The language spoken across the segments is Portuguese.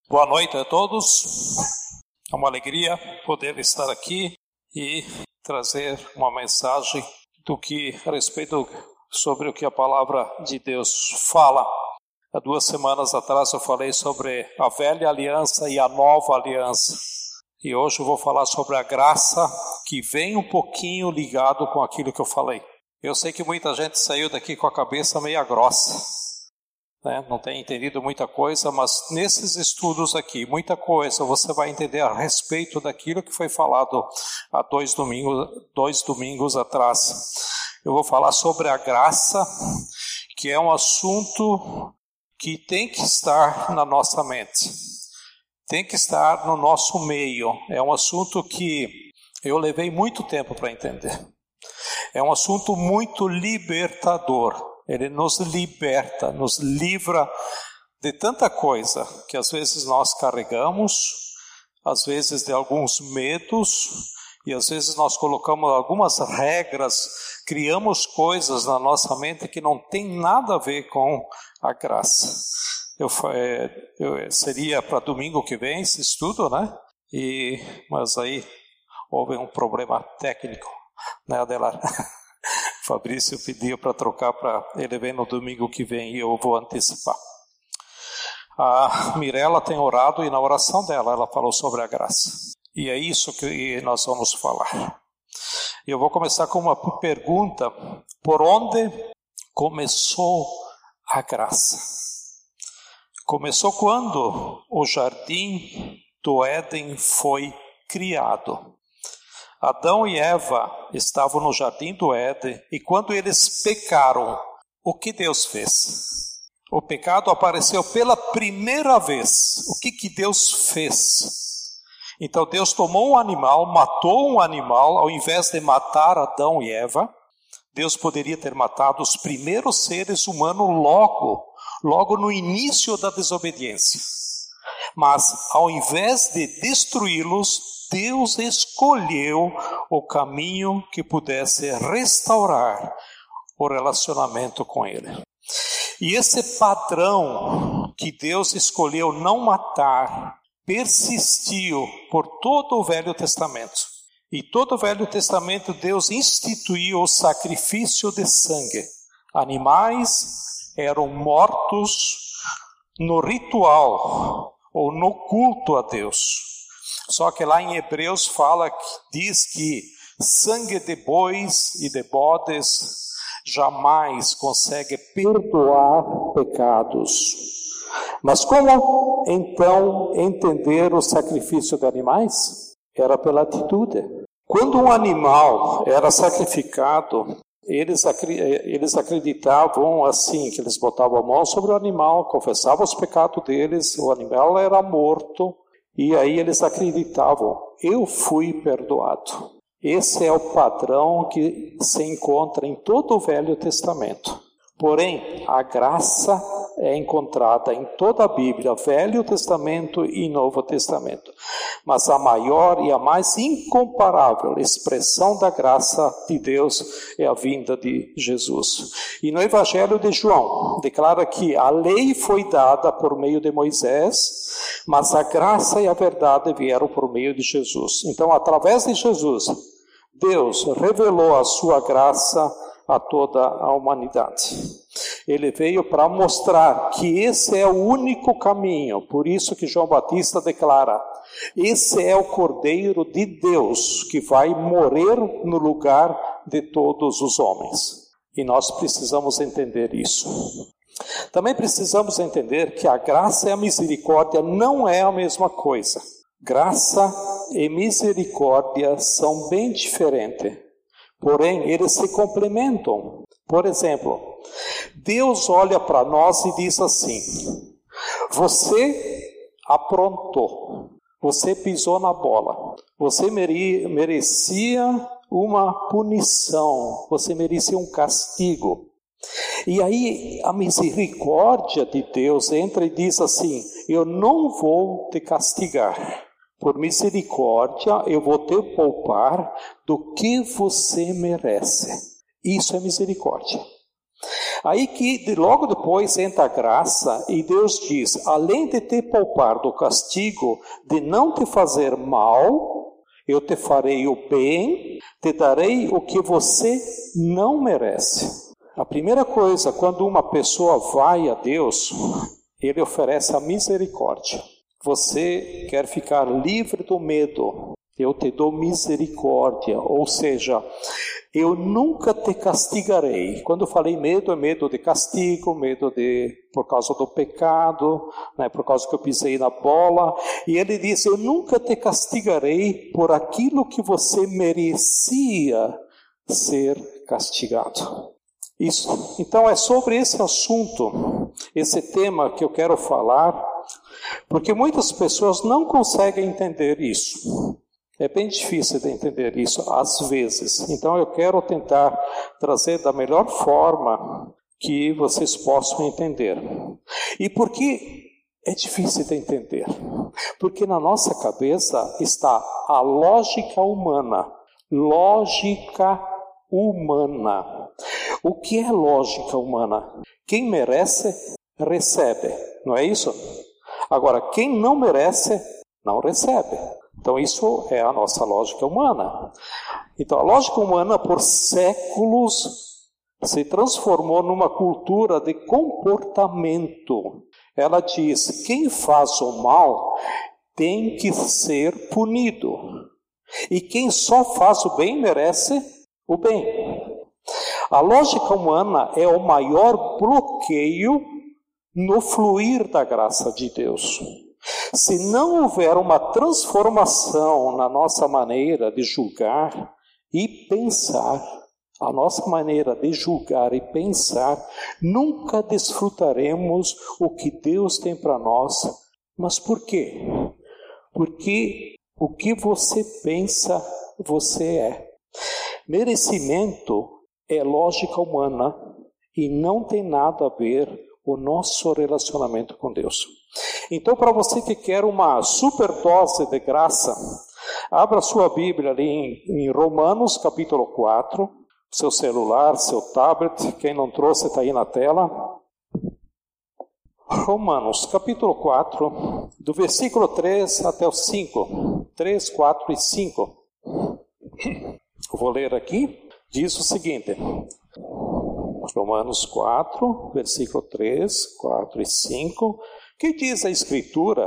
Boa noite a todos. É uma alegria poder estar aqui e trazer uma mensagem a respeito sobre o que a palavra de Deus fala. Há 2 semanas atrás eu falei sobre a velha aliança e a nova aliança. E hoje eu vou falar sobre a graça, que vem um pouquinho ligado com aquilo que eu falei. Eu sei que muita gente saiu daqui com a cabeça meia grossa, não tem entendido muita coisa, mas nesses estudos aqui, muita coisa você vai entender a respeito daquilo que foi falado há 2 domingos atrás. Eu vou falar sobre a graça, que é um assunto que tem que estar na nossa mente, tem que estar no nosso meio. É um assunto que eu levei muito tempo para entender. É um assunto muito libertador. Ele nos liberta, nos livra de tanta coisa que às vezes nós carregamos, às vezes de alguns medos, e às vezes nós colocamos algumas regras, criamos coisas na nossa mente que não tem nada a ver com a graça. Seria para domingo que vem esse estudo, mas aí houve um problema técnico, Adelar? Fabrício pediu para trocar para ele vir no domingo que vem e eu vou antecipar. A Mirella tem orado e na oração dela ela falou sobre a graça. E é isso que nós vamos falar. Eu vou começar com uma pergunta: por onde começou a graça? Começou quando o jardim do Éden foi criado. Adão e Eva estavam no jardim do Éden e quando eles pecaram, o que Deus fez? O pecado apareceu pela primeira vez. O que Deus fez? Então Deus tomou um animal, matou um animal, ao invés de matar Adão e Eva. Deus poderia ter matado os primeiros seres humanos logo no início da desobediência. Mas ao invés de destruí-los, Deus escolheu o caminho que pudesse restaurar o relacionamento com Ele. E esse padrão que Deus escolheu não matar, persistiu por todo o Velho Testamento. E todo o Velho Testamento Deus instituiu o sacrifício de sangue. Animais eram mortos no ritual ou no culto a Deus. Só que lá em Hebreus diz que sangue de bois e de bodes jamais consegue perdoar pecados. Mas como então entender o sacrifício de animais? Era pela atitude. Quando um animal era sacrificado, eles acreditavam assim, que eles botavam a mão sobre o animal, confessavam os pecados deles, o animal era morto. E aí eles acreditavam, eu fui perdoado. Esse é o padrão que se encontra em todo o Velho Testamento. Porém, a graça é encontrada em toda a Bíblia, Velho Testamento e Novo Testamento. Mas a maior e a mais incomparável expressão da graça de Deus é a vinda de Jesus. E no Evangelho de João, declara que a lei foi dada por meio de Moisés, mas a graça e a verdade vieram por meio de Jesus. Então, através de Jesus, Deus revelou a sua graça a toda a humanidade. Ele veio para mostrar que esse é o único caminho. Por isso que João Batista declara: esse é o Cordeiro de Deus que vai morrer no lugar de todos os homens. E nós precisamos entender isso. Também precisamos entender que a graça e a misericórdia não é a mesma coisa. Graça e misericórdia são bem diferentes. Porém, eles se complementam. Por exemplo, Deus olha para nós e diz assim: você aprontou, você pisou na bola, você merecia uma punição, você merecia um castigo. E aí a misericórdia de Deus entra e diz assim: eu não vou te castigar. Por misericórdia, eu vou te poupar do que você merece. Isso é misericórdia. Aí que logo depois entra a graça e Deus diz, além de te poupar do castigo de não te fazer mal, eu te farei o bem, te darei o que você não merece. A primeira coisa, quando uma pessoa vai a Deus, Ele oferece a misericórdia. Você quer ficar livre do medo, eu te dou misericórdia, ou seja, eu nunca te castigarei. Quando eu falei medo, é medo de castigo, por causa do pecado, né, por causa que eu pisei na bola. E ele diz, eu nunca te castigarei por aquilo que você merecia ser castigado. Isso. Então é sobre esse assunto, esse tema que eu quero falar, porque muitas pessoas não conseguem entender isso. É bem difícil de entender isso às vezes. Então eu quero tentar trazer da melhor forma que vocês possam entender. E por que é difícil de entender? Porque na nossa cabeça está a lógica humana. Lógica humana. O que é lógica humana? Quem merece, recebe. Não é isso? Agora, quem não merece, não recebe. Então, isso é a nossa lógica humana. Então, a lógica humana, por séculos, se transformou numa cultura de comportamento. Ela diz, quem faz o mal tem que ser punido. E quem só faz o bem merece o bem. A lógica humana é o maior bloqueio no fluir da graça de Deus. Se não houver uma transformação na nossa maneira de julgar e pensar, a nossa maneira de julgar e pensar, nunca desfrutaremos o que Deus tem para nós. Mas por quê? Porque o que você pensa, você é. Merecimento é lógica humana e não tem nada a ver o nosso relacionamento com Deus. Então, para você que quer uma superdose de graça, abra sua Bíblia ali em Romanos, capítulo 4, seu celular, seu tablet, quem não trouxe está aí na tela. Romanos, capítulo 4, do versículo 3 até o 5. 3, 4 e 5. Eu vou ler aqui, diz o seguinte... Romanos 4, versículo 3, 4 e 5, que diz a Escritura,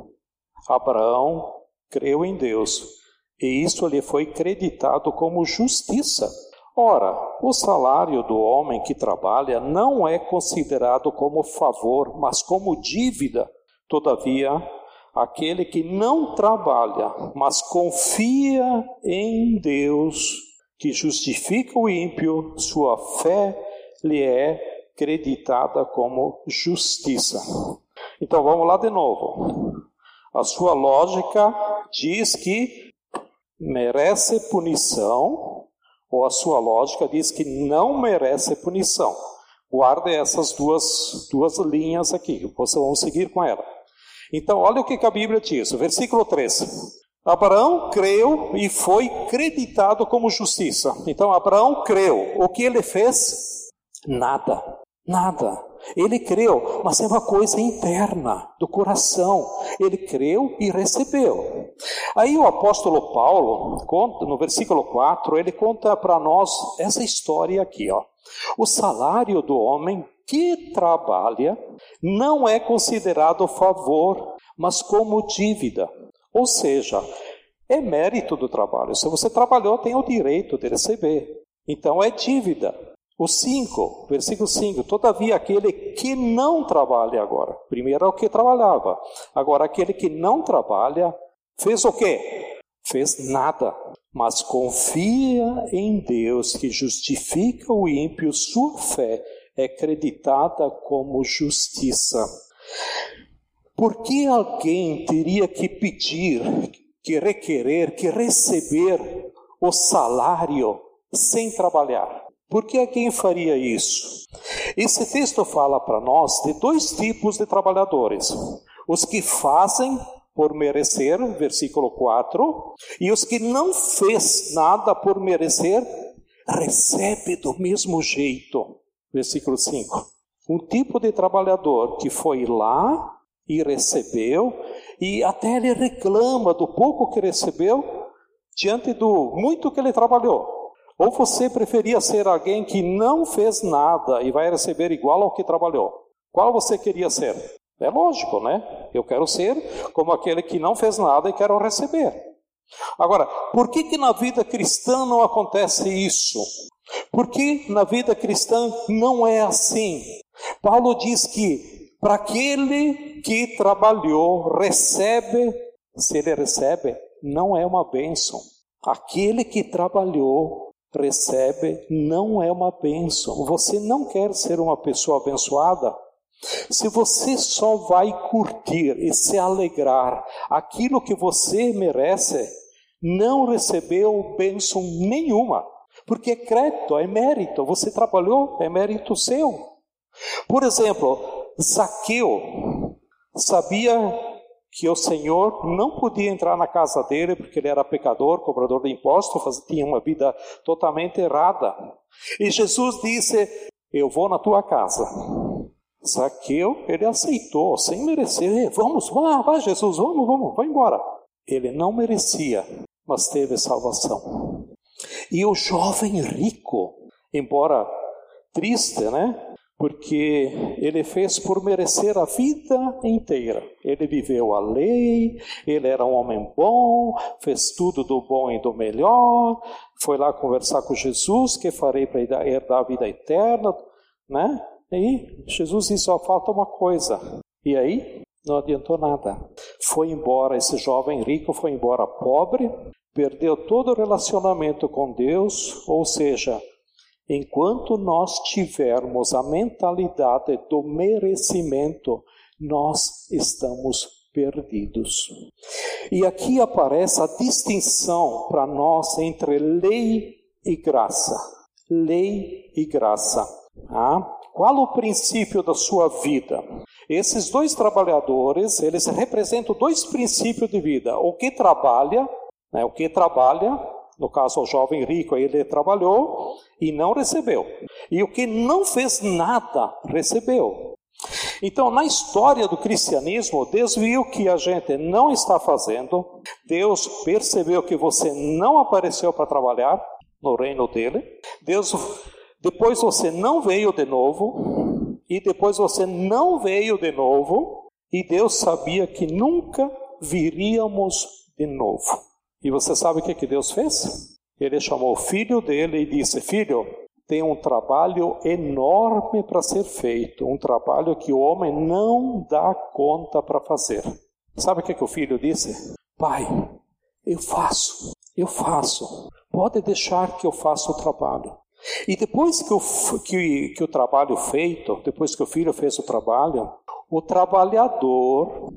Abraão creu em Deus, e isso lhe foi creditado como justiça. Ora, o salário do homem que trabalha não é considerado como favor, mas como dívida. Todavia, aquele que não trabalha, mas confia em Deus, que justifica o ímpio, sua fé lhe é creditada como justiça. Então vamos lá de novo. A sua lógica diz que merece punição, ou a sua lógica diz que não merece punição. Guarde essas duas linhas aqui, vocês vão seguir com ela. Então olha o que a Bíblia diz, versículo 3. Abraão creu e foi creditado como justiça. Então Abraão creu. O que ele fez? Nada. Ele creu, mas é uma coisa interna, do coração. Ele creu e recebeu. Aí o apóstolo Paulo, no versículo 4, ele conta para nós essa história aqui. O salário do homem que trabalha não é considerado favor, mas como dívida. Ou seja, é mérito do trabalho. Se você trabalhou, tem o direito de receber. Então é dívida. O 5, versículo 5, todavia aquele que não trabalha agora, primeiro é o que trabalhava, agora aquele que não trabalha, fez o quê? Fez nada, mas confia em Deus que justifica o ímpio, sua fé é creditada como justiça. Por que alguém teria que pedir, que requerer, que receber o salário sem trabalhar? Por que alguém faria isso? Esse texto fala para nós de dois tipos de trabalhadores. Os que fazem por merecer, versículo 4, e os que não fez nada por merecer, recebe do mesmo jeito. Versículo 5. Um tipo de trabalhador que foi lá e recebeu, e até ele reclama do pouco que recebeu, diante do muito que ele trabalhou. Ou você preferia ser alguém que não fez nada e vai receber igual ao que trabalhou? Qual você queria ser? É lógico, né? Eu quero ser como aquele que não fez nada e quero receber. Agora, por que na vida cristã não acontece isso? Por que na vida cristã não é assim? Paulo diz que para aquele que trabalhou, recebe, se ele recebe, não é uma bênção. Aquele que trabalhou, recebe, não é uma bênção. Você não quer ser uma pessoa abençoada? Se você só vai curtir e se alegrar aquilo que você merece, não recebeu bênção nenhuma. Porque é crédito, é mérito. Você trabalhou, é mérito seu. Por exemplo, Zaqueu sabia que o Senhor não podia entrar na casa dele porque ele era pecador, cobrador de impostos, tinha uma vida totalmente errada. E Jesus disse, eu vou na tua casa. Zaqueu, ele aceitou, sem merecer. Vamos, vai Jesus, vamos, vai embora. Ele não merecia, mas teve salvação. E o jovem rico, embora triste, né? Porque ele fez por merecer a vida inteira. Ele viveu a lei, ele era um homem bom, fez tudo do bom e do melhor, foi lá conversar com Jesus, que farei para herdar a vida eterna, né? E Jesus disse, só falta uma coisa. E aí, não adiantou nada. Foi embora, esse jovem rico foi embora pobre, perdeu todo o relacionamento com Deus, ou seja, enquanto nós tivermos a mentalidade do merecimento, nós estamos perdidos. E aqui aparece a distinção para nós entre lei e graça. Lei e graça. Qual o princípio da sua vida? Esses dois trabalhadores, eles representam dois princípios de vida. O que trabalha, no caso o jovem rico, ele trabalhou e não recebeu. E o que não fez nada, recebeu. Então, na história do cristianismo, Deus viu que a gente não está fazendo. Deus percebeu que você não apareceu para trabalhar no reino dele. Depois você não veio de novo. E depois você não veio de novo. E Deus sabia que nunca viríamos de novo. E você sabe o que Deus fez? Ele chamou o filho dele e disse, filho, tem um trabalho enorme para ser feito, um trabalho que o homem não dá conta para fazer. Sabe o que o filho disse? Pai, eu faço, pode deixar que eu faça o trabalho. E depois que o trabalho feito, depois que o filho fez o trabalho, o trabalhador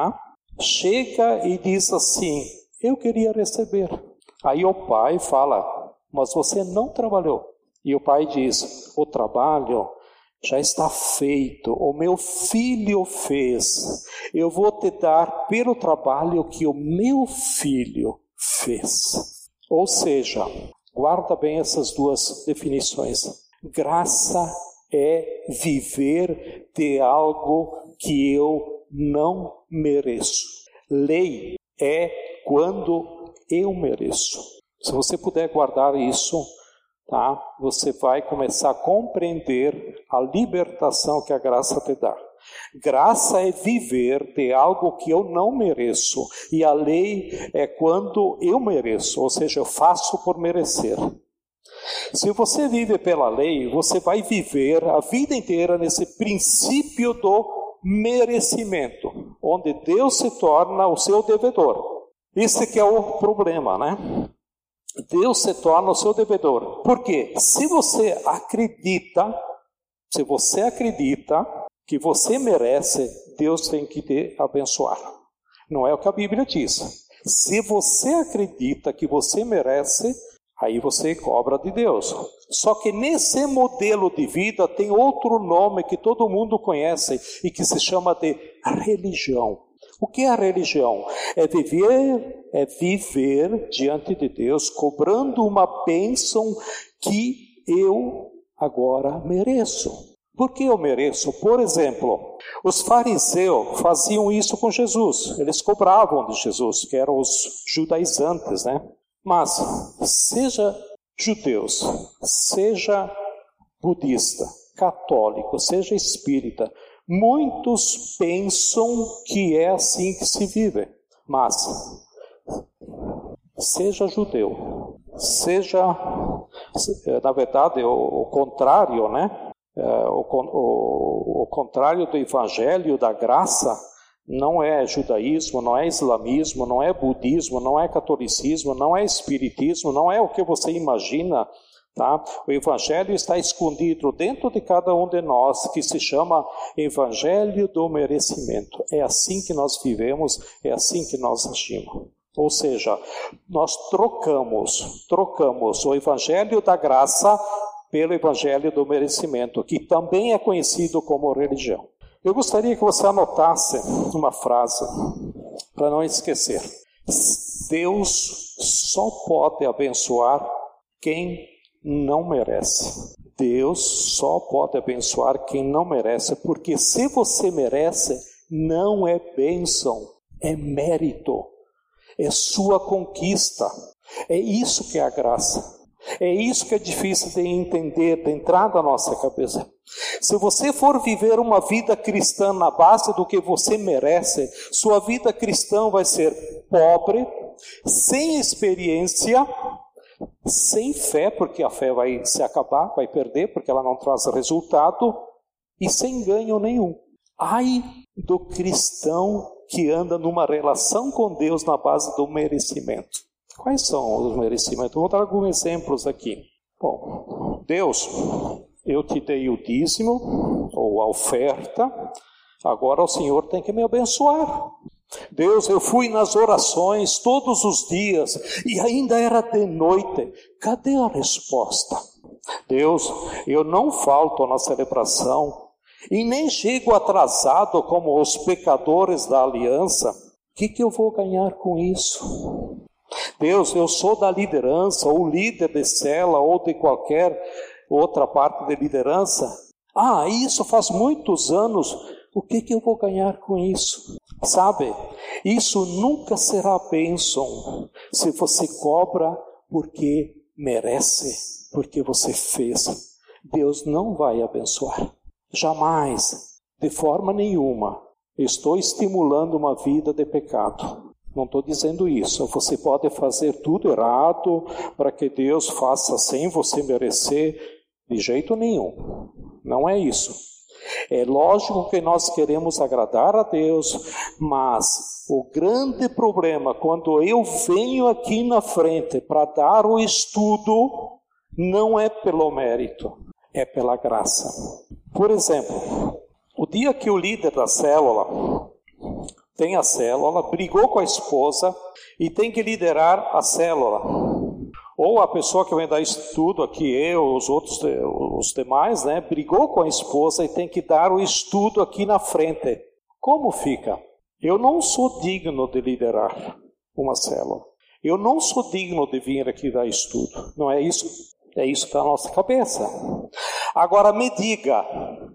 chega e diz assim, eu queria receber. Aí o pai fala, mas você não trabalhou. E o pai diz, o trabalho já está feito, o meu filho fez. Eu vou te dar pelo trabalho que o meu filho fez. Ou seja, guarda bem essas duas definições. Graça é viver de algo que eu não mereço. Lei é quando eu mereço. Se você puder guardar isso, você vai começar a compreender a libertação que a graça te dá. Graça é viver de algo que eu não mereço. E a lei é quando eu mereço, ou seja, eu faço por merecer. Se você vive pela lei, você vai viver a vida inteira nesse princípio do merecimento, onde Deus se torna o seu devedor. Esse que é o problema, né? Deus se torna o seu devedor. Por quê? Se você acredita que você merece, Deus tem que te abençoar. Não é o que a Bíblia diz. Se você acredita que você merece, aí você cobra de Deus. Só que nesse modelo de vida tem outro nome que todo mundo conhece e que se chama de religião. O que é a religião? É viver diante de Deus, cobrando uma bênção que eu agora mereço. Por que eu mereço? Por exemplo, os fariseus faziam isso com Jesus. Eles cobravam de Jesus, que eram os judaizantes, né? Mas, seja judeus, seja budista, católico, seja espírita, muitos pensam que é assim que se vive. Mas, seja judeu, seja, na verdade, o contrário, né? O contrário do evangelho da graça não é judaísmo, não é islamismo, não é budismo, não é catolicismo, não é espiritismo, não é o que você imagina, tá? O evangelho está escondido dentro de cada um de nós, que se chama evangelho do merecimento. É assim que nós vivemos, é assim que nós agimos. Ou seja, nós trocamos o evangelho da graça pelo evangelho do merecimento, que também é conhecido como religião. Eu gostaria que você anotasse uma frase, para não esquecer. Deus só pode abençoar quem não merece. Deus só pode abençoar quem não merece, porque se você merece, não é bênção, é mérito, é sua conquista. É isso que é a graça. É isso que é difícil de entender, de entrar na nossa cabeça. Se você for viver uma vida cristã na base do que você merece, sua vida cristã vai ser pobre, sem experiência, sem fé, porque a fé vai se acabar, vai perder, porque ela não traz resultado, e sem ganho nenhum. Ai do cristão que anda numa relação com Deus na base do merecimento. Quais são os merecimentos? Vou dar alguns exemplos aqui. Bom, Deus, eu te dei o dízimo, ou a oferta, agora o Senhor tem que me abençoar. Deus, eu fui nas orações todos os dias, e ainda era de noite. Cadê a resposta? Deus, eu não falto na celebração, e nem chego atrasado como os pecadores da aliança. O que eu vou ganhar com isso? Deus, eu sou da liderança, ou líder de cela, ou de qualquer outra parte de liderança. Isso faz muitos anos, o que eu vou ganhar com isso? Sabe, isso nunca será bênção se você cobra porque merece, porque você fez. Deus não vai abençoar, jamais, de forma nenhuma. Estou estimulando uma vida de pecado. Não estou dizendo isso. Você pode fazer tudo errado para que Deus faça sem você merecer. De jeito nenhum. Não é isso. É lógico que nós queremos agradar a Deus, mas o grande problema, quando eu venho aqui na frente para dar o estudo, não é pelo mérito, é pela graça. Por exemplo, o dia que o líder da célula tem a célula, brigou com a esposa e tem que liderar a célula. Ou a pessoa que vem dar estudo aqui, os demais, né, brigou com a esposa e tem que dar o estudo aqui na frente. Como fica? Eu não sou digno de liderar uma célula. Eu não sou digno de vir aqui dar estudo. Não é isso? É isso que está na nossa cabeça. Agora me diga,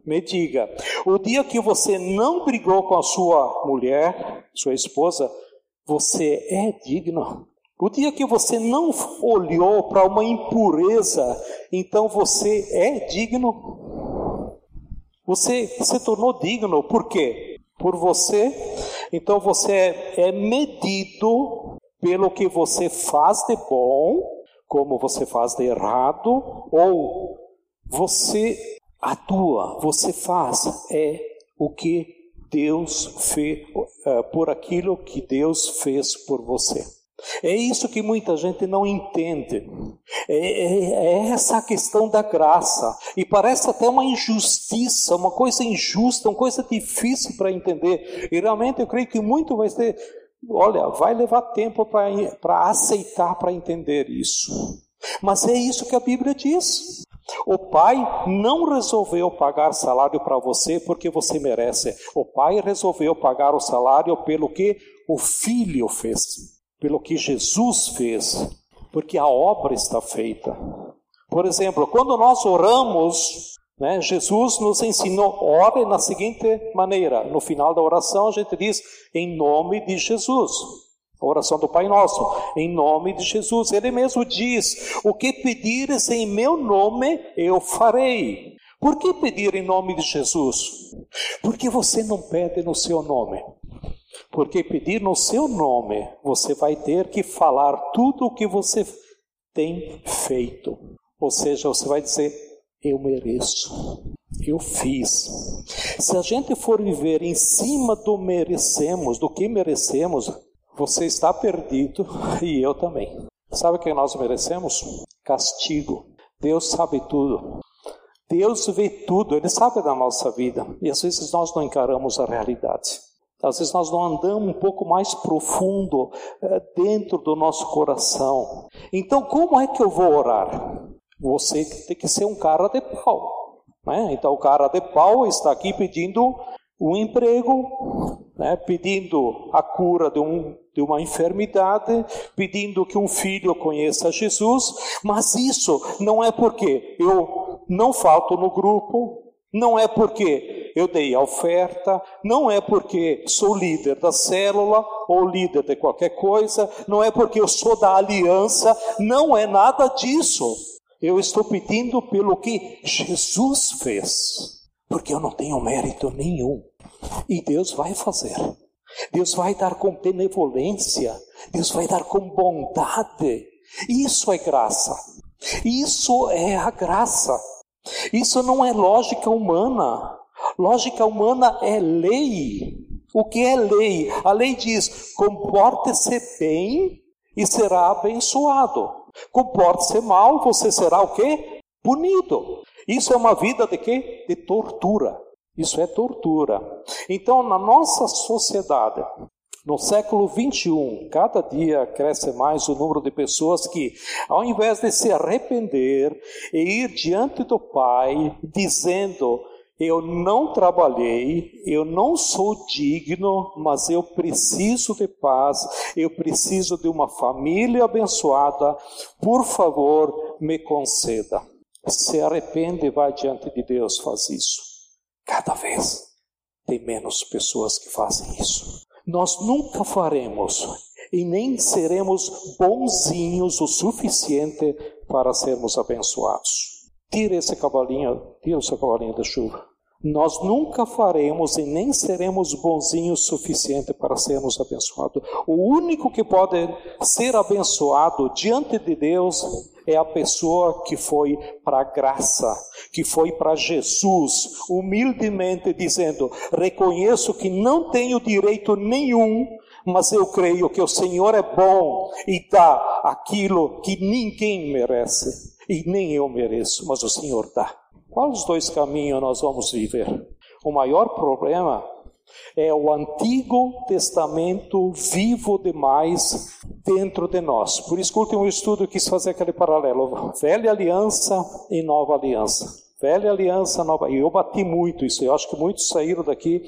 o dia que você não brigou com a sua mulher, sua esposa, você é digno. O dia que você não olhou para uma impureza, então você é digno. Você se tornou digno, por quê? Por você. Então você é medido pelo que você faz de bom, como você faz de errado, ou você atua, você faz, é o que Deus fez, por aquilo que Deus fez por você. É isso que muita gente não entende. É essa a questão da graça. E parece até uma injustiça, uma coisa injusta, uma coisa difícil para entender. E realmente eu creio que muito vai levar tempo para aceitar, para entender isso. Mas é isso que a Bíblia diz. O pai não resolveu pagar salário para você porque você merece. O pai resolveu pagar o salário pelo que o filho fez, pelo que Jesus fez, porque a obra está feita. Por exemplo, quando nós oramos, né, Jesus nos ensinou, ore na seguinte maneira. No final da oração a gente diz, em nome de Jesus. A oração do Pai Nosso, em nome de Jesus. Ele mesmo diz, o que pedires em meu nome, eu farei. Por que pedir em nome de Jesus? Porque você não pede no seu nome. Porque pedir no seu nome, você vai ter que falar tudo o que você tem feito. Ou seja, você vai dizer, eu mereço, eu fiz. Se a gente for viver em cima do merecemos, do que merecemos, você está perdido e eu também. Sabe o que nós merecemos? Castigo. Deus sabe tudo. Deus vê tudo, Ele sabe da nossa vida. E às vezes nós não encaramos a realidade. Às vezes nós não andamos um pouco mais profundo dentro do nosso coração. Então como é que eu vou orar? Você tem que ser um cara de pau, né? Então o cara de pau está aqui pedindo um emprego, né? Pedindo a cura de uma enfermidade, pedindo que um filho conheça Jesus, mas isso não é porque eu não falto no grupo, não é porque eu dei a oferta, não é porque sou líder da célula ou líder de qualquer coisa, não é porque eu sou da aliança, não é nada disso. Eu estou pedindo pelo que Jesus fez, porque eu não tenho mérito nenhum. E Deus vai fazer. Deus vai dar com benevolência. Deus vai dar com bondade. Isso é graça. Isso é a graça. Isso não é lógica humana. Lógica humana é lei. O que é lei? A lei diz, comporte-se bem e será abençoado. Comporte-se mal, você será o quê? Punido. Isso é uma vida de quê? De tortura. Isso é tortura. Então, na nossa sociedade, no século 21, cada dia cresce mais o número de pessoas que, ao invés de se arrepender e ir diante do Pai, dizendo, eu não trabalhei, eu não sou digno, mas eu preciso de paz, eu preciso de uma família abençoada, por favor, me conceda. Se arrepende e vai diante de Deus, faz isso. Cada vez tem menos pessoas que fazem isso. Nós nunca faremos e nem seremos bonzinhos o suficiente para sermos abençoados. Tira o seu cavalinho da chuva. Nós nunca faremos e nem seremos bonzinhos o suficiente para sermos abençoados. O único que pode ser abençoado diante de Deus é a pessoa que foi para a graça, que foi para Jesus, humildemente dizendo, reconheço que não tenho direito nenhum, mas eu creio que o Senhor é bom e dá aquilo que ninguém merece. E nem eu mereço, mas o Senhor dá. Quais os dois caminhos nós vamos viver? O maior problema é o Antigo Testamento vivo demais dentro de nós. Por isso que o último estudo eu quis fazer aquele paralelo. Velha aliança e nova aliança. Velha aliança, nova. E eu bati muito isso. Eu acho que muitos saíram daqui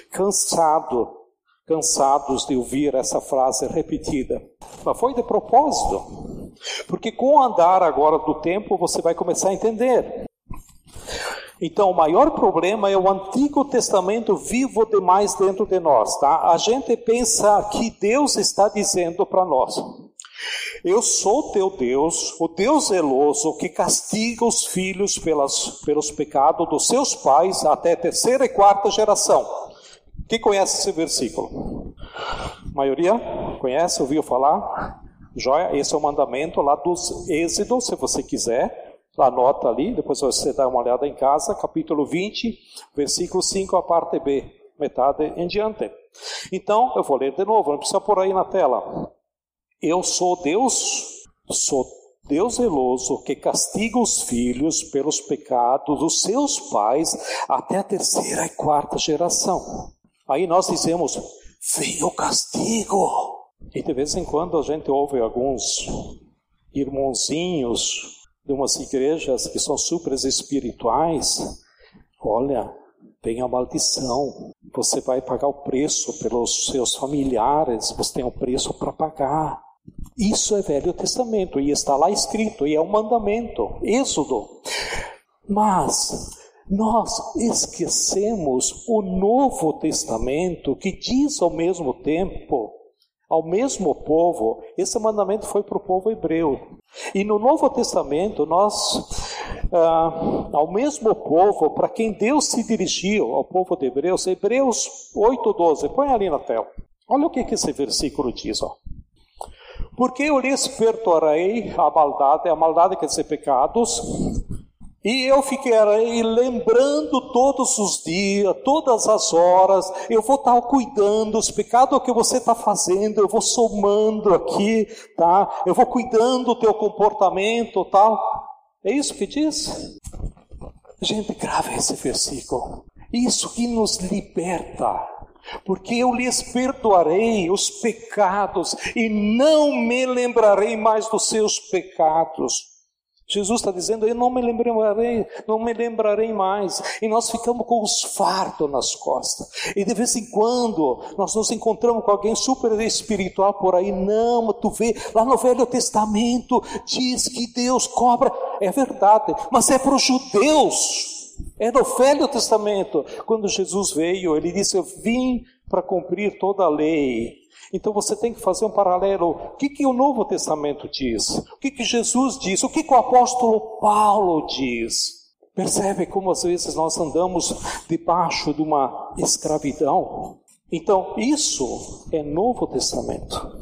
cansados de ouvir essa frase repetida. Mas foi de propósito. Porque com o andar agora do tempo, você vai começar a entender. Então, o maior problema é o Antigo Testamento vivo demais dentro de nós, tá? A gente pensa que Deus está dizendo para nós, eu sou teu Deus, o Deus zeloso que castiga os filhos pelos pecados dos seus pais até a 3ª e 4ª geração. Quem conhece esse versículo? A maioria conhece, ouviu falar? Joia, esse é o mandamento lá dos Êxodos, se você quiser, anota ali, depois você dá uma olhada em casa, capítulo 20, versículo 5, a parte B, metade em diante. Então, eu vou ler de novo, não precisa pôr aí na tela. Eu sou Deus zeloso que castiga os filhos pelos pecados dos seus pais até a 3ª e 4ª geração. Aí nós dizemos, veio o castigo. E de vez em quando a gente ouve alguns irmãozinhos de umas igrejas que são super espirituais. Olha, tem a maldição. Você vai pagar o preço pelos seus familiares. Você tem um preço para pagar. Isso é Velho Testamento, e está lá escrito, e é um mandamento, Êxodo. Mas nós esquecemos o Novo Testamento, que diz ao mesmo tempo, ao mesmo povo, esse mandamento foi para o povo hebreu. E no Novo Testamento, ao mesmo povo, para quem Deus se dirigiu, ao povo de Hebreus, Hebreus 8:12, põe ali na tela. Olha o que esse versículo diz, ó. Porque eu lhes perdoarei a maldade quer dizer pecados, e eu ficarei lembrando todos os dias, todas as horas, eu vou estar cuidando, os pecados que você está fazendo, eu vou somando aqui, tá? Eu vou cuidando do teu comportamento, tal. É isso que diz? Gente, grave esse versículo. Isso que nos liberta. Porque eu lhes perdoarei os pecados e não me lembrarei mais dos seus pecados. Jesus está dizendo, eu não me lembrarei mais. E nós ficamos com os fardos nas costas. E de vez em quando nós nos encontramos com alguém super espiritual por aí. Não, tu vê, lá no Velho Testamento diz que Deus cobra. É verdade, mas é para os judeus. É no Velho Testamento. Quando Jesus veio, ele disse, eu vim para cumprir toda a lei. Então você tem que fazer um paralelo. O que o Novo Testamento diz? O que Jesus diz? O que o apóstolo Paulo diz? Percebe como às vezes nós andamos debaixo de uma escravidão? Então isso é Novo Testamento.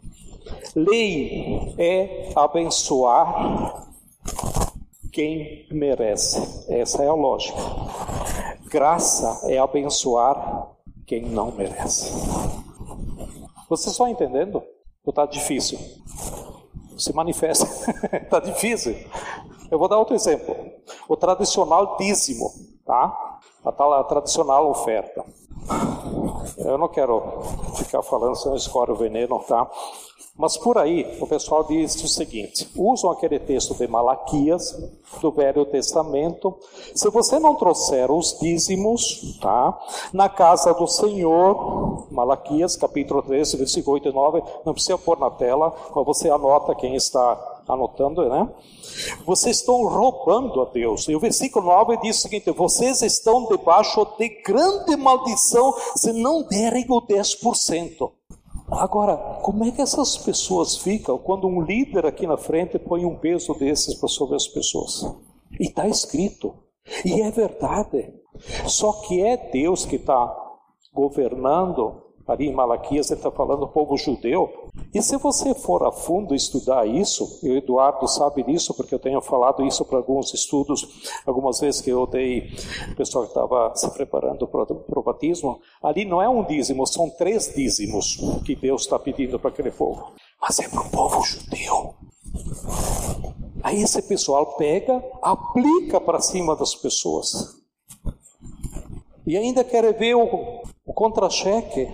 Lei é abençoar quem merece. Essa é a lógica. Graça é abençoar quem não merece. Vocês estão entendendo? Ou está difícil? Se manifesta. Está difícil. Eu vou dar outro exemplo. O tradicional dízimo, tá? A tradicional oferta. Eu não quero ficar falando, senão escorre o veneno, tá? Mas por aí, o pessoal diz o seguinte, usam aquele texto de Malaquias, do Velho Testamento, se você não trouxer os dízimos, tá, na casa do Senhor, Malaquias, capítulo 13, versículo 8 e 9, não precisa pôr na tela, mas você anota quem está anotando, né? Vocês estão roubando a Deus. E o versículo 9 diz o seguinte, vocês estão debaixo de grande maldição se não derem o 10%. Agora, como é que essas pessoas ficam quando um líder aqui na frente põe um peso desses sobre as pessoas? E está escrito. E é verdade. Só que é Deus que está governando. Ali em Malaquias ele está falando do povo judeu. E se você for a fundo estudar isso, e o Eduardo sabe disso, porque eu tenho falado isso para alguns estudos, algumas vezes que eu dei, o pessoal que estava se preparando para o batismo, ali não é um dízimo, são 3 dízimos que Deus está pedindo para aquele povo. Mas é para o povo judeu. Aí esse pessoal pega, aplica para cima das pessoas. E ainda quer ver o contra-cheque.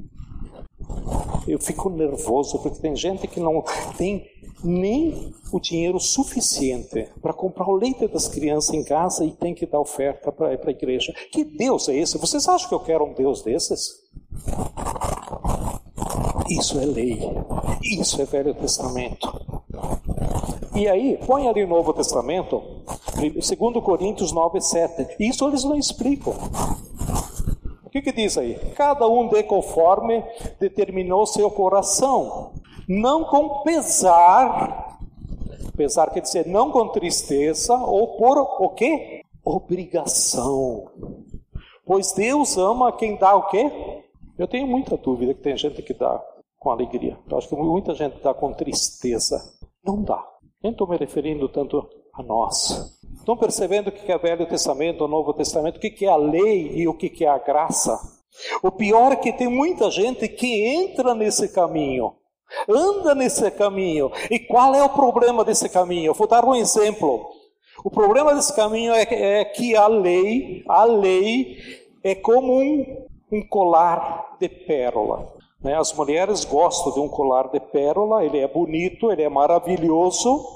Eu fico nervoso, porque tem gente que não tem nem o dinheiro suficiente para comprar o leite das crianças em casa e tem que dar oferta para a igreja. Que Deus é esse? Vocês acham que eu quero um Deus desses? Isso é lei. Isso é Velho Testamento. E aí, põe ali o Novo Testamento, 2 Coríntios 9, 7. Isso eles não explicam. O que diz aí? Cada um dê conforme determinou seu coração, não com pesar, pesar quer dizer não com tristeza, ou por o quê? Obrigação. Pois Deus ama quem dá o quê? Eu tenho muita dúvida que tem gente que dá com alegria. Eu acho que muita gente dá com tristeza. Não dá. Nem estou me referindo tanto a nós. Estão percebendo o que é o Velho Testamento, o Novo Testamento, o que é a lei e o que é a graça? O pior é que tem muita gente que entra nesse caminho, anda nesse caminho. E qual é o problema desse caminho? Eu vou dar um exemplo. O problema desse caminho é que a lei é como um colar de pérola. Né? As mulheres gostam de um colar de pérola, ele é bonito, ele é maravilhoso.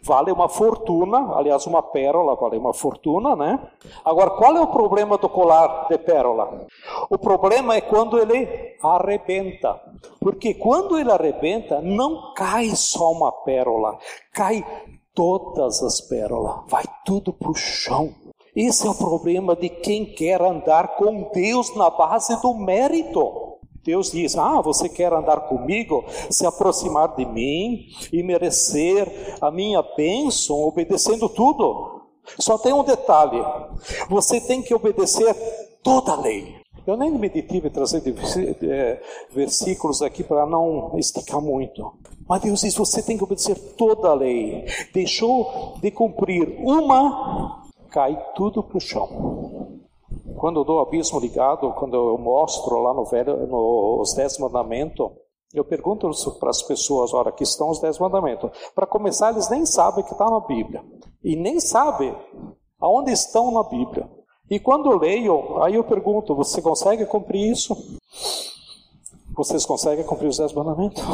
vale uma fortuna, aliás, uma pérola vale uma fortuna, né? Agora, qual é o problema do colar de pérola? O problema é quando ele arrebenta, porque quando ele arrebenta, não cai só uma pérola, cai todas as pérolas, vai tudo para o chão. Esse é o problema de quem quer andar com Deus na base do mérito. Deus diz, você quer andar comigo, se aproximar de mim e merecer a minha bênção, obedecendo tudo. Só tem um detalhe, você tem que obedecer toda a lei. Eu nem me detive a trazer versículos aqui para não esticar muito. Mas Deus diz, você tem que obedecer toda a lei. Deixou de cumprir uma, cai tudo para o chão. Quando eu dou abismo ligado, quando eu mostro lá nos 10 mandamentos, eu pergunto para as pessoas, olha, aqui estão os 10 mandamentos. Para começar, eles nem sabem que está na Bíblia. E nem sabem aonde estão na Bíblia. E quando eu leio, aí eu pergunto, você consegue cumprir isso? Vocês conseguem cumprir os 10 mandamentos?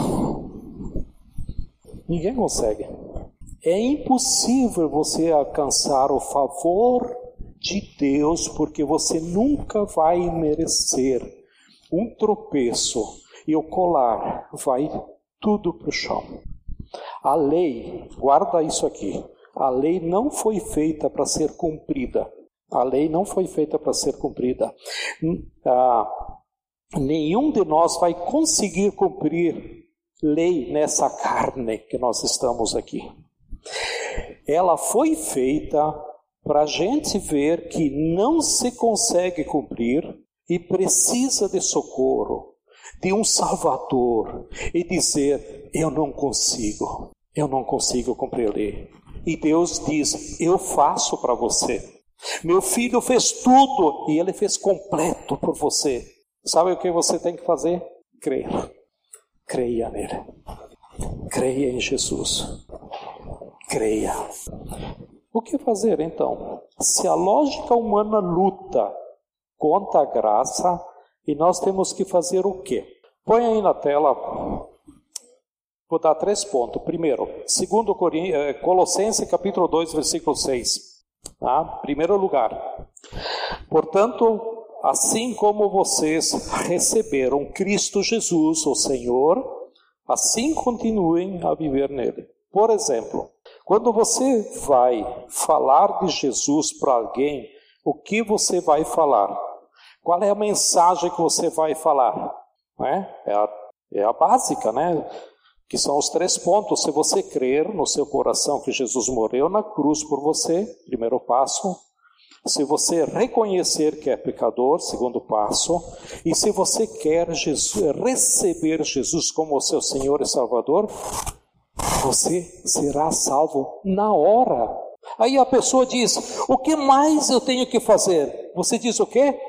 Ninguém consegue. É impossível você alcançar o favor de Deus, porque você nunca vai merecer um tropeço e o colar vai tudo para o chão. A lei, guarda isso aqui, a lei não foi feita para ser cumprida. A lei não foi feita para ser cumprida. Nenhum de nós vai conseguir cumprir lei nessa carne que nós estamos aqui. Ela foi feita para a gente ver que não se consegue cumprir e precisa de socorro, de um Salvador, e dizer, eu não consigo cumprir a lei. E Deus diz, eu faço para você. Meu filho fez tudo e ele fez completo por você. Sabe o que você tem que fazer? Crer. Creia nele. Creia em Jesus. Creia. O que fazer então? Se a lógica humana luta contra a graça, e nós temos que fazer o quê? Põe aí na tela, vou dar 3 pontos. Primeiro, Colossenses capítulo 2, versículo 6. Primeiro lugar, portanto, assim como vocês receberam Cristo Jesus, o Senhor, assim continuem a viver nele. Por exemplo, quando você vai falar de Jesus para alguém, o que você vai falar? Qual é a mensagem que você vai falar? É a básica, né? Que são os 3 pontos. Se você crer no seu coração que Jesus morreu na cruz por você, primeiro passo. Se você reconhecer que é pecador, segundo passo. E se você quer receber Jesus como o seu Senhor e Salvador, você será salvo na hora. Aí a pessoa diz, o que mais eu tenho que fazer? Você diz o quê?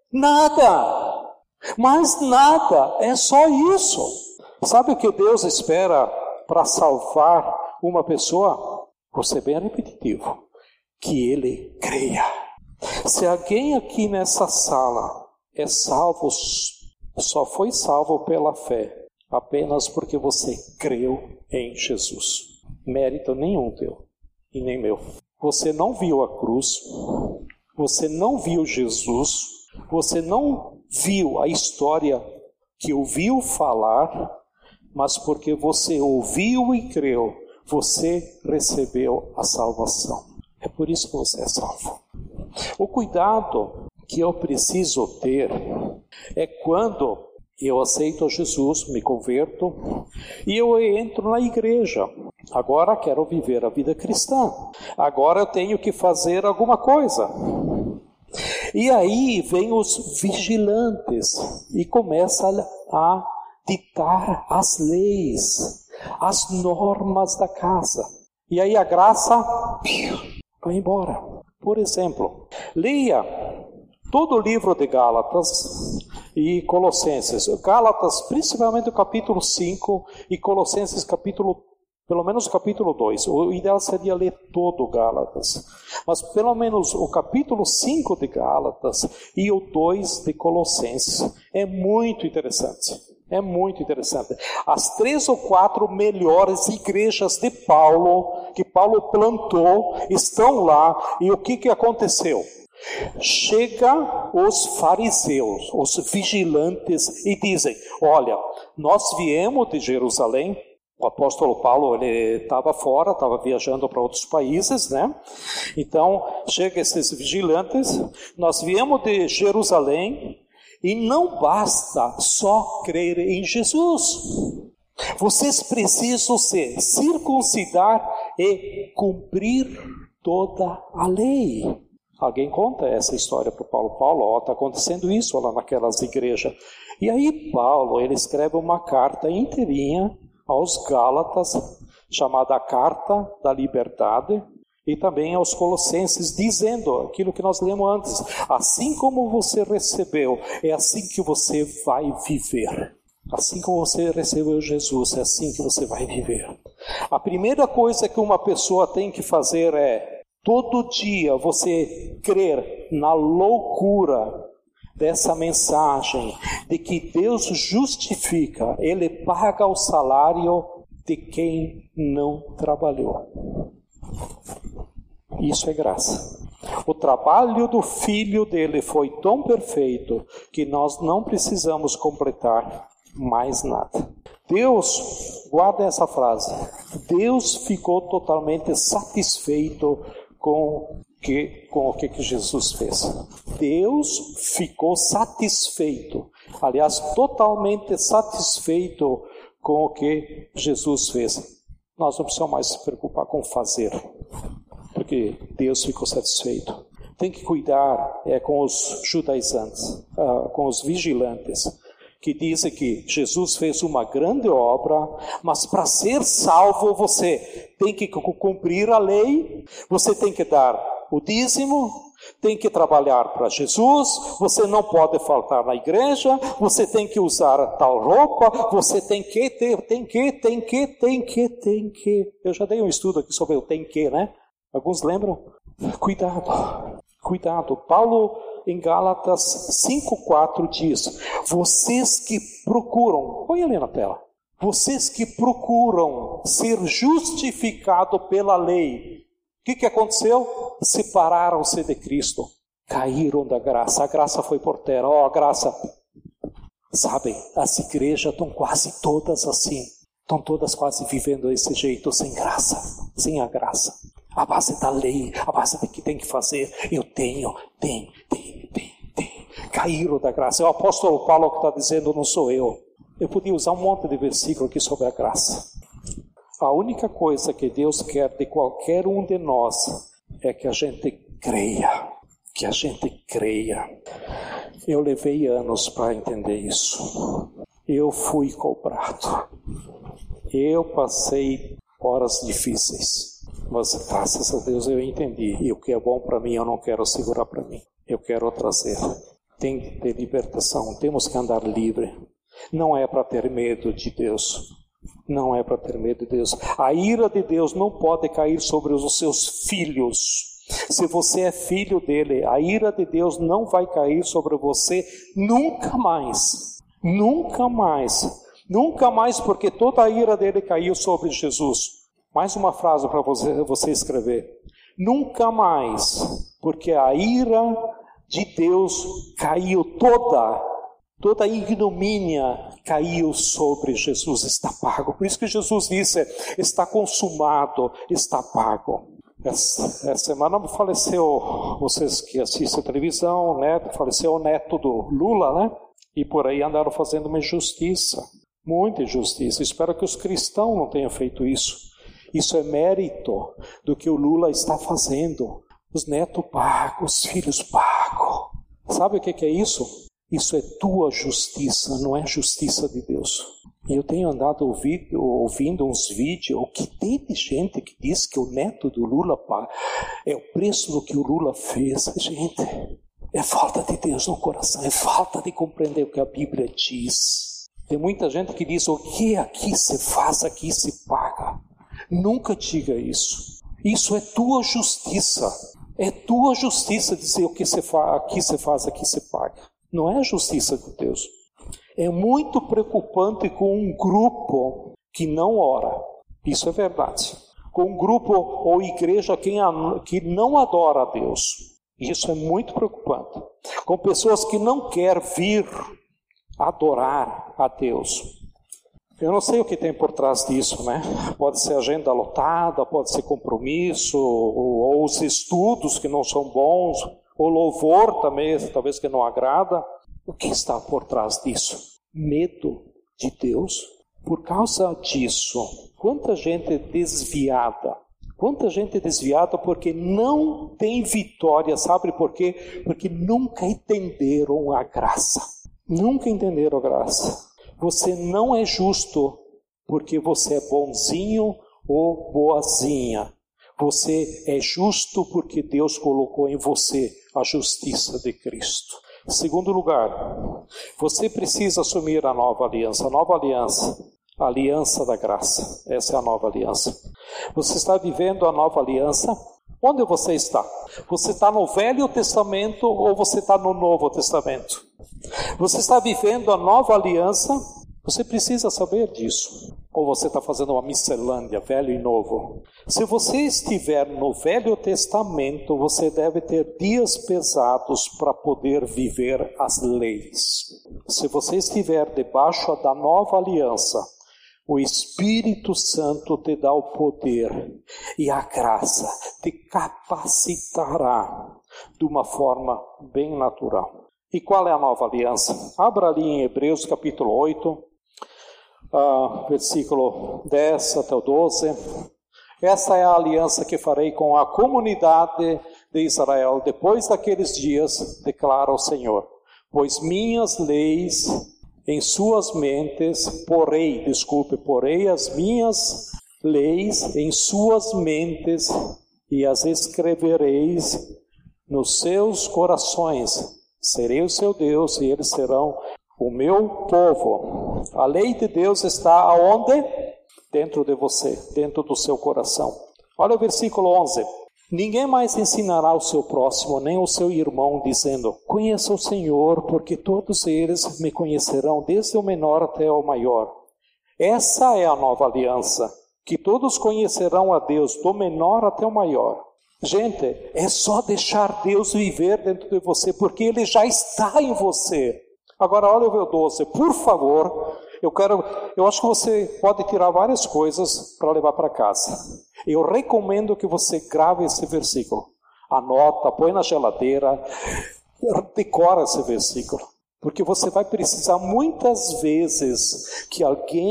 Nada. Mas nada, é só isso. Sabe o que Deus espera para salvar uma pessoa? Vou ser bem repetitivo. Que ele creia. Se alguém aqui nessa sala é salvo, só foi salvo pela fé, apenas porque você creu em Jesus. Mérito nenhum teu e nem meu. Você não viu a cruz, você não viu Jesus, você não viu a história que ouviu falar, mas porque você ouviu e creu, você recebeu a salvação. É por isso que você é salvo. O cuidado que eu preciso ter é quando eu aceito Jesus, me converto e eu entro na igreja. Agora quero viver a vida cristã. Agora eu tenho que fazer alguma coisa. E aí vem os vigilantes e começa a ditar as leis, as normas da casa. E aí a graça vai embora. Por exemplo, leia todo o livro de Gálatas e Colossenses. Gálatas, principalmente o capítulo 5 e Colossenses pelo menos o capítulo 2. O ideal seria ler todo Gálatas. Mas pelo menos o capítulo 5 de Gálatas e o 2 de Colossenses. É muito interessante. É muito interessante. As 3 ou 4 melhores igrejas de Paulo, que Paulo plantou, estão lá. E o que aconteceu? Chega os fariseus, os vigilantes, e dizem: olha, nós viemos de Jerusalém. O apóstolo Paulo, ele estava fora, estava viajando para outros países, né? Então, chega esses vigilantes: nós viemos de Jerusalém, e não basta só crer em Jesus. Vocês precisam se circuncidar e cumprir toda a lei. Alguém conta essa história para Paulo. Paulo, está acontecendo isso lá naquelas igrejas. E aí Paulo, ele escreve uma carta inteirinha aos Gálatas, chamada Carta da Liberdade, e também aos Colossenses, dizendo aquilo que nós lemos antes: assim como você recebeu, é assim que você vai viver. Assim como você recebeu Jesus, é assim que você vai viver. A primeira coisa que uma pessoa tem que fazer é, todo dia, você crer na loucura dessa mensagem de que Deus justifica, Ele paga o salário de quem não trabalhou. Isso é graça. O trabalho do Filho dele foi tão perfeito que nós não precisamos completar mais nada. Deus, guarda essa frase, Deus ficou totalmente satisfeito com o que Jesus fez. Deus ficou satisfeito, aliás, totalmente satisfeito com o que Jesus fez. Nós não precisamos mais se preocupar com fazer, porque Deus ficou satisfeito. Tem que cuidar com os judaizantes, com os vigilantes, que dizem que Jesus fez uma grande obra, mas para ser salvo você tem que cumprir a lei, você tem que dar o dízimo, tem que trabalhar para Jesus, você não pode faltar na igreja, você tem que usar tal roupa, você tem que. Eu já dei um estudo aqui sobre o tem que, né? Alguns lembram? Cuidado. Paulo, em Gálatas 5,4 diz: vocês que procuram, põe ali na tela, vocês que procuram ser justificados pela lei, o que aconteceu? Separaram-se de Cristo, caíram da graça, a graça foi por terra. A graça, sabem, as igrejas estão quase todas assim, estão todas quase vivendo desse jeito, sem graça, sem a graça. A base da lei, a base do que tem que fazer, eu tenho. Caíram da graça. É o apóstolo Paulo que está dizendo, não sou eu. Eu podia usar um monte de versículo aqui sobre a graça. A única coisa que Deus quer de qualquer um de nós é que a gente creia. Que a gente creia. Eu levei anos para entender isso. Eu fui cobrado. Eu passei horas difíceis. Mas graças a Deus eu entendi. E o que é bom para mim eu não quero segurar para mim. Eu quero trazer. Tem que ter libertação. Temos que andar livre. Não é para ter medo de Deus. Não é para ter medo de Deus. A ira de Deus não pode cair sobre os seus filhos. Se você é filho dele, a ira de Deus não vai cair sobre você nunca mais. Nunca mais. Nunca mais, porque toda a ira dele caiu sobre Jesus. Mais uma frase para você escrever. Nunca mais, porque a ira de Deus caiu toda a ignomínia caiu sobre Jesus, está pago. Por isso que Jesus disse, está consumado, está pago. Essa semana faleceu, vocês que assistem a televisão, faleceu o neto do Lula, né? E por aí andaram fazendo uma injustiça, muita injustiça. Espero que os cristãos não tenham feito isso. Isso é mérito do que o Lula está fazendo. Os netos pagos, os filhos pagos. Sabe o que é isso? Isso é tua justiça, não é justiça de Deus. E eu tenho andado ouvindo uns vídeos, o que tem de gente que diz que o neto do Lula é o preço do que o Lula fez. Gente, é falta de Deus no coração, é falta de compreender o que a Bíblia diz. Tem muita gente que diz, o que aqui se faz, aqui se paga. Nunca diga isso. Isso é tua justiça. É tua justiça dizer o que se faz, aqui se faz, aqui se paga. Não é a justiça de Deus. É muito preocupante com um grupo que não ora. Isso é verdade. Com um grupo ou igreja que não adora a Deus. Isso é muito preocupante. Com pessoas que não querem vir adorar a Deus. Eu não sei o que tem por trás disso, né? Pode ser agenda lotada, pode ser compromisso, ou os estudos que não são bons, ou louvor também, talvez que não agrada. O que está por trás disso? Medo de Deus? Por causa disso, quanta gente desviada. Quanta gente desviada porque não tem vitória, sabe por quê? Porque nunca entenderam a graça. Nunca entenderam a graça. Você não é justo porque você é bonzinho ou boazinha. Você é justo porque Deus colocou em você a justiça de Cristo. Segundo lugar, você precisa assumir a nova aliança. A nova aliança, a aliança da graça. Essa é a nova aliança. Você está vivendo a nova aliança? Onde você está? Você está no Velho Testamento ou você está no Novo Testamento? Você está vivendo a nova aliança? Você precisa saber disso. Ou você está fazendo uma miscelânea, velho e novo? Se você estiver no Velho Testamento, você deve ter dias pesados para poder viver as leis. Se você estiver debaixo da nova aliança, o Espírito Santo te dá o poder e a graça te capacitará de uma forma bem natural. E qual é a nova aliança? Abra ali em Hebreus capítulo 8, versículo 10 até o 12. Esta é a aliança que farei com a comunidade de Israel depois daqueles dias, declara o Senhor. Pois minhas leis em suas mentes, porei as minhas leis em suas mentes e as escrevereis nos seus corações. Serei o seu Deus e eles serão o meu povo. A lei de Deus está aonde? Dentro de você, dentro do seu coração. Olha o versículo 11. Ninguém mais ensinará o seu próximo, nem o seu irmão, dizendo: conheça o Senhor, porque todos eles me conhecerão, desde o menor até o maior. Essa é a nova aliança, que todos conhecerão a Deus, do menor até o maior. Gente, é só deixar Deus viver dentro de você, porque Ele já está em você. Agora olha o 12, por favor, eu acho que você pode tirar várias coisas para levar para casa. Eu recomendo que você grave esse versículo. Anota, põe na geladeira, decora esse versículo. Porque você vai precisar muitas vezes que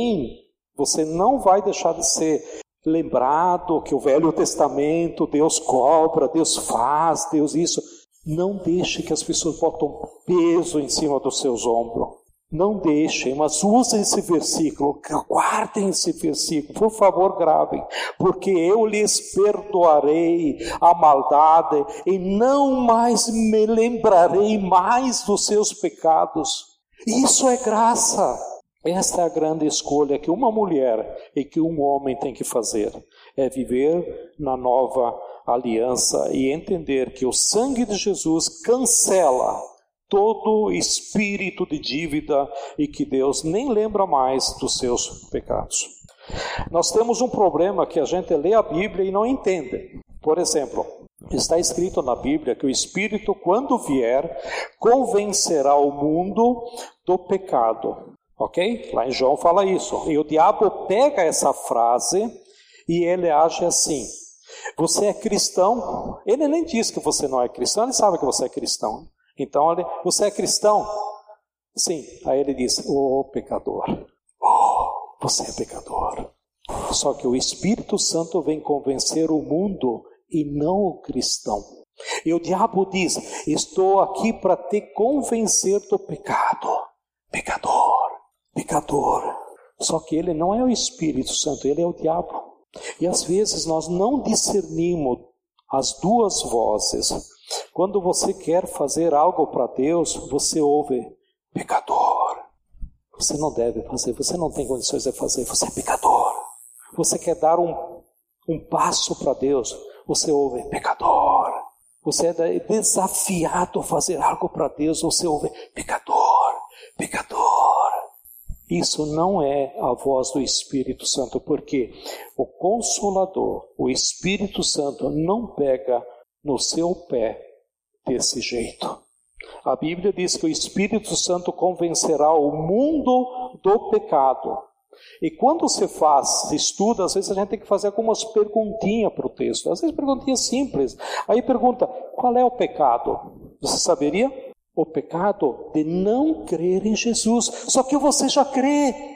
você não vai deixar de ser lembrado que o Velho Testamento, Deus cobra, Deus faz, Deus isso. Não deixe que as pessoas botem peso em cima dos seus ombros. Não deixem, mas usem esse versículo, guardem esse versículo, por favor gravem, porque eu lhes perdoarei a maldade e não mais me lembrarei mais dos seus pecados. Isso é graça. Esta é a grande escolha que uma mulher e que um homem tem que fazer, é viver na nova aliança e entender que o sangue de Jesus cancela todo espírito de dívida e que Deus nem lembra mais dos seus pecados. Nós temos um problema que a gente lê a Bíblia e não entende. Por exemplo, está escrito na Bíblia que o Espírito, quando vier, convencerá o mundo do pecado. Ok? Lá em João fala isso. E o diabo pega essa frase e ele age assim. Você é cristão? Ele nem diz que você não é cristão, ele sabe que você é cristão. Então, você é cristão? Sim. Aí ele diz, pecador. Você é pecador. Só que o Espírito Santo vem convencer o mundo e não o cristão. E o diabo diz, estou aqui para te convencer do pecado. Pecador. Pecador. Só que ele não é o Espírito Santo, ele é o diabo. E às vezes nós não discernimos as duas vozes. Quando você quer fazer algo para Deus, você ouve, pecador. Você não deve fazer, você não tem condições de fazer, você é pecador. Você quer dar um passo para Deus, você ouve, pecador. Você é desafiado a fazer algo para Deus, você ouve, pecador, pecador. Isso não é a voz do Espírito Santo, porque o Consolador, o Espírito Santo, não pega no seu pé desse jeito. A Bíblia diz que o Espírito Santo convencerá o mundo do pecado. E quando você estuda, às vezes a gente tem que fazer algumas perguntinhas para o texto. Às vezes perguntinhas simples. Aí pergunta, qual é o pecado? Você saberia? O pecado de não crer em Jesus. Só que você já crê.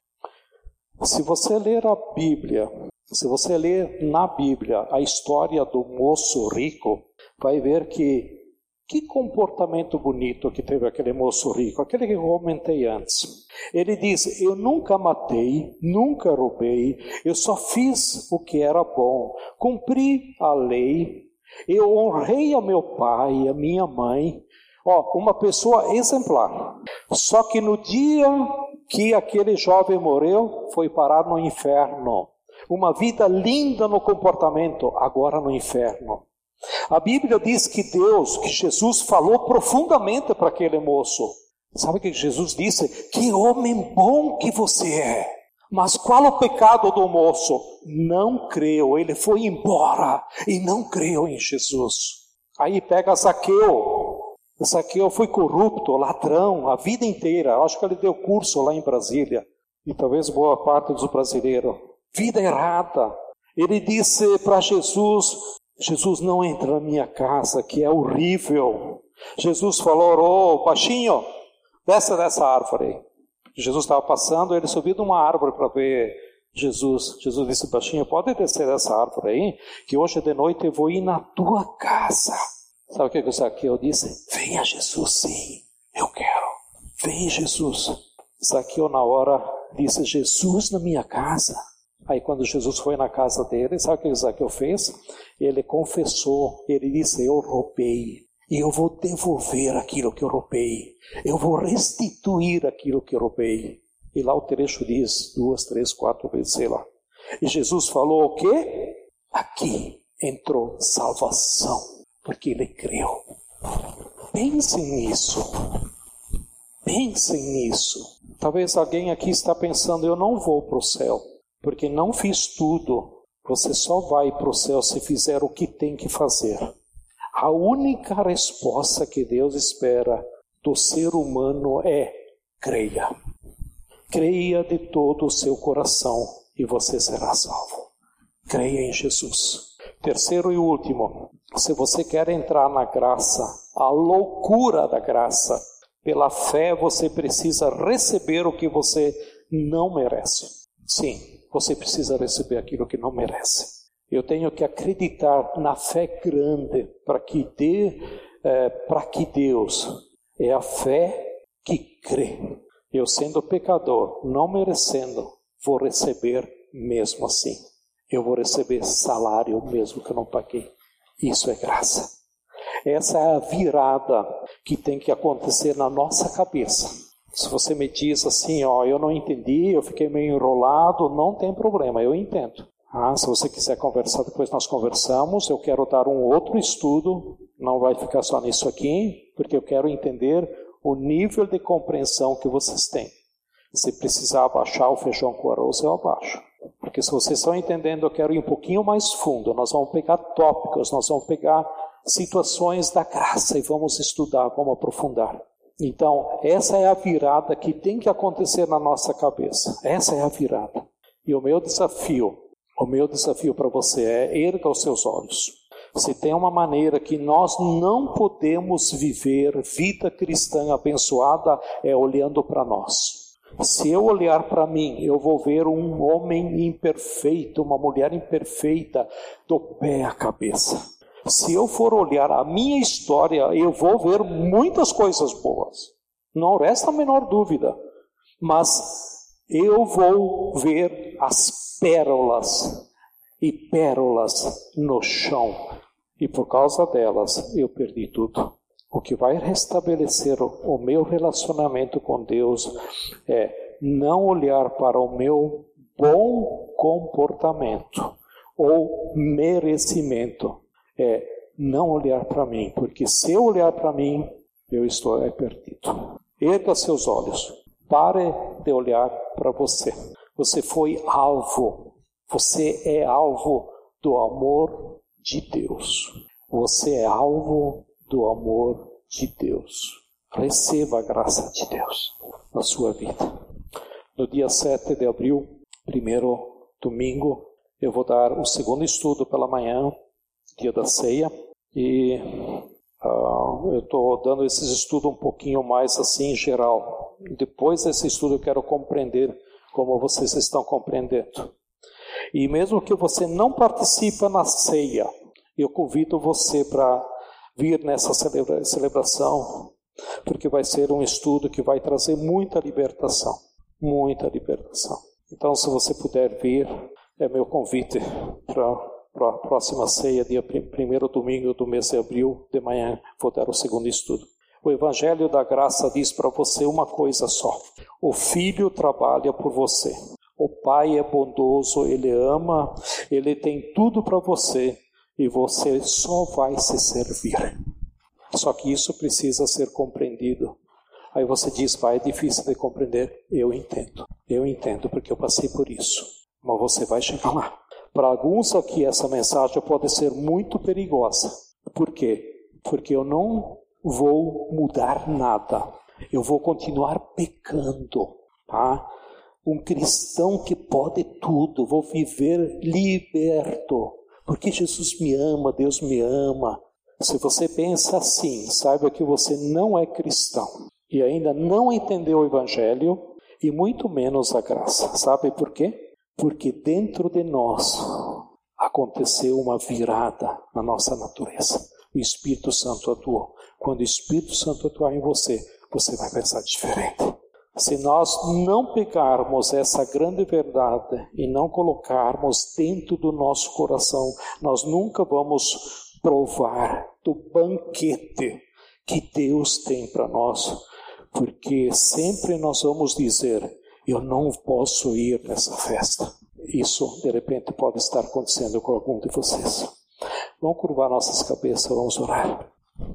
Se você ler a Bíblia, se você ler na Bíblia a história do moço rico, vai ver que comportamento bonito que teve aquele moço rico, aquele que eu comentei antes. Ele diz, eu nunca matei, nunca roubei, eu só fiz o que era bom, cumpri a lei, eu honrei a meu pai e a minha mãe. Uma pessoa exemplar. Só que no dia que aquele jovem morreu, foi parar no inferno. Uma vida linda no comportamento, agora no inferno. A Bíblia diz que Jesus falou profundamente para aquele moço. Sabe o que Jesus disse? Que homem bom que você é. Mas qual o pecado do moço? Não creu, ele foi embora e não creu em Jesus. Aí pega Zaqueu. Zaqueu foi corrupto, ladrão, a vida inteira. Eu acho que ele deu curso lá em Brasília. E talvez boa parte dos brasileiros. Vida errada. Ele disse para Jesus, Jesus, não entra na minha casa, que é horrível. Jesus falou, baixinho, desce dessa árvore. Jesus estava passando, ele subiu de uma árvore para ver Jesus. Jesus disse, baixinho, pode descer dessa árvore aí, que hoje de noite eu vou ir na tua casa. Sabe o que o Zaqueu disse? Venha Jesus, sim, eu quero. Vem Jesus. Zaqueu na hora disse, Jesus na minha casa. Aí quando Jesus foi na casa dele, sabe o que o Zaqueu fez? Ele confessou, ele disse, eu roubei. E eu vou devolver aquilo que eu roubei. Eu vou restituir aquilo que eu roubei. E lá o trecho diz 2, 3, 4 vezes, sei lá. E Jesus falou o quê? Aqui entrou salvação, porque ele creu. Pensem nisso. Pensem nisso. Talvez alguém aqui está pensando, eu não vou para o céu, porque não fiz tudo. Você só vai para o céu se fizer o que tem que fazer. A única resposta que Deus espera do ser humano é creia. Creia de todo o seu coração e você será salvo. Creia em Jesus. Terceiro e último, se você quer entrar na graça, a loucura da graça, pela fé você precisa receber o que você não merece. Sim, você precisa receber aquilo que não merece. Eu tenho que acreditar na fé grande para que Deus é a fé que crê. Eu sendo pecador, não merecendo, vou receber mesmo assim. Eu vou receber salário mesmo que eu não paguei. Isso é graça. Essa é a virada que tem que acontecer na nossa cabeça. Se você me diz assim, eu não entendi, eu fiquei meio enrolado, não tem problema, eu entendo. Se você quiser conversar, depois nós conversamos. Eu quero dar um outro estudo, não vai ficar só nisso aqui, porque eu quero entender o nível de compreensão que vocês têm. Se precisar abaixar o feijão com arroz, eu abaixo. Porque se vocês estão entendendo, eu quero ir um pouquinho mais fundo. Nós vamos pegar tópicos, nós vamos pegar situações da graça e vamos estudar, vamos aprofundar. Então, essa é a virada que tem que acontecer na nossa cabeça. Essa é a virada. E o meu desafio para você é erga os seus olhos. Se tem uma maneira que nós não podemos viver vida cristã abençoada, é olhando para nós. Se eu olhar para mim, eu vou ver um homem imperfeito, uma mulher imperfeita, do pé à cabeça. Se eu for olhar a minha história, eu vou ver muitas coisas boas. Não resta a menor dúvida. Mas eu vou ver as pérolas e pérolas no chão. E por causa delas, eu perdi tudo. O que vai restabelecer o meu relacionamento com Deus é não olhar para o meu bom comportamento ou merecimento. É não olhar para mim, porque se eu olhar para mim, eu estou perdido. Erga seus olhos. Pare de olhar para você. Você foi alvo. Você é alvo do amor de Deus. Você é alvo do amor de Deus. Receba a graça de Deus na sua vida. No dia 7 de abril, primeiro domingo, eu vou dar o segundo estudo pela manhã, dia da ceia. E eu estou dando esse estudo um pouquinho mais assim, geral. Depois desse estudo eu quero compreender como vocês estão compreendendo. E mesmo que você não participe na ceia, eu convido você para vir nessa celebração, porque vai ser um estudo que vai trazer muita libertação. Muita libertação. Então, se você puder vir, é meu convite para a próxima ceia, dia 1º domingo do mês de abril, de manhã, vou dar o segundo estudo. O Evangelho da Graça diz para você uma coisa só. O Filho trabalha por você. O Pai é bondoso, Ele ama, Ele tem tudo para você e você só vai se servir. Só que isso precisa ser compreendido. Aí você diz, pai, é difícil de compreender. Eu entendo porque eu passei por isso. Mas você vai chegar lá. Para alguns aqui essa mensagem pode ser muito perigosa. Por quê? Porque eu não vou mudar nada. Eu vou continuar pecando, tá? Um cristão que pode tudo, vou viver liberto. Porque Jesus me ama, Deus me ama. Se você pensa assim, saiba que você não é cristão. E ainda não entendeu o Evangelho e muito menos a graça. Sabe por quê? Porque dentro de nós aconteceu uma virada na nossa natureza. O Espírito Santo atuou. Quando o Espírito Santo atuar em você, você vai pensar diferente. Se nós não pegarmos essa grande verdade e não colocarmos dentro do nosso coração, nós nunca vamos provar do banquete que Deus tem para nós. Porque sempre nós vamos dizer, eu não posso ir nessa festa. Isso, de repente, pode estar acontecendo com algum de vocês. Vamos curvar nossas cabeças, vamos orar.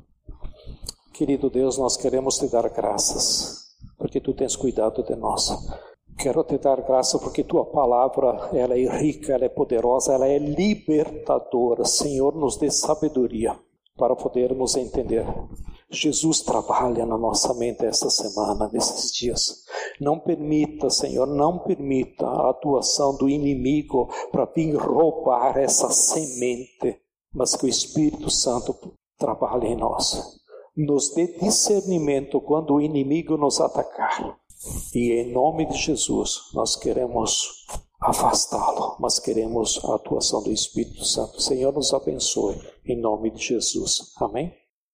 Querido Deus, nós queremos te dar graças, porque tu tens cuidado de nós. Quero te dar graça porque tua palavra, ela é rica, ela é poderosa, ela é libertadora. Senhor, nos dê sabedoria para podermos entender. Jesus trabalha na nossa mente esta semana, nesses dias. Não permita, Senhor, não permita a atuação do inimigo para vir roubar essa semente, mas que o Espírito Santo trabalhe em nós. Nos dê discernimento quando o inimigo nos atacar. E em nome de Jesus, nós queremos afastá-lo, mas queremos a atuação do Espírito Santo. Senhor, nos abençoe, em nome de Jesus. Amém?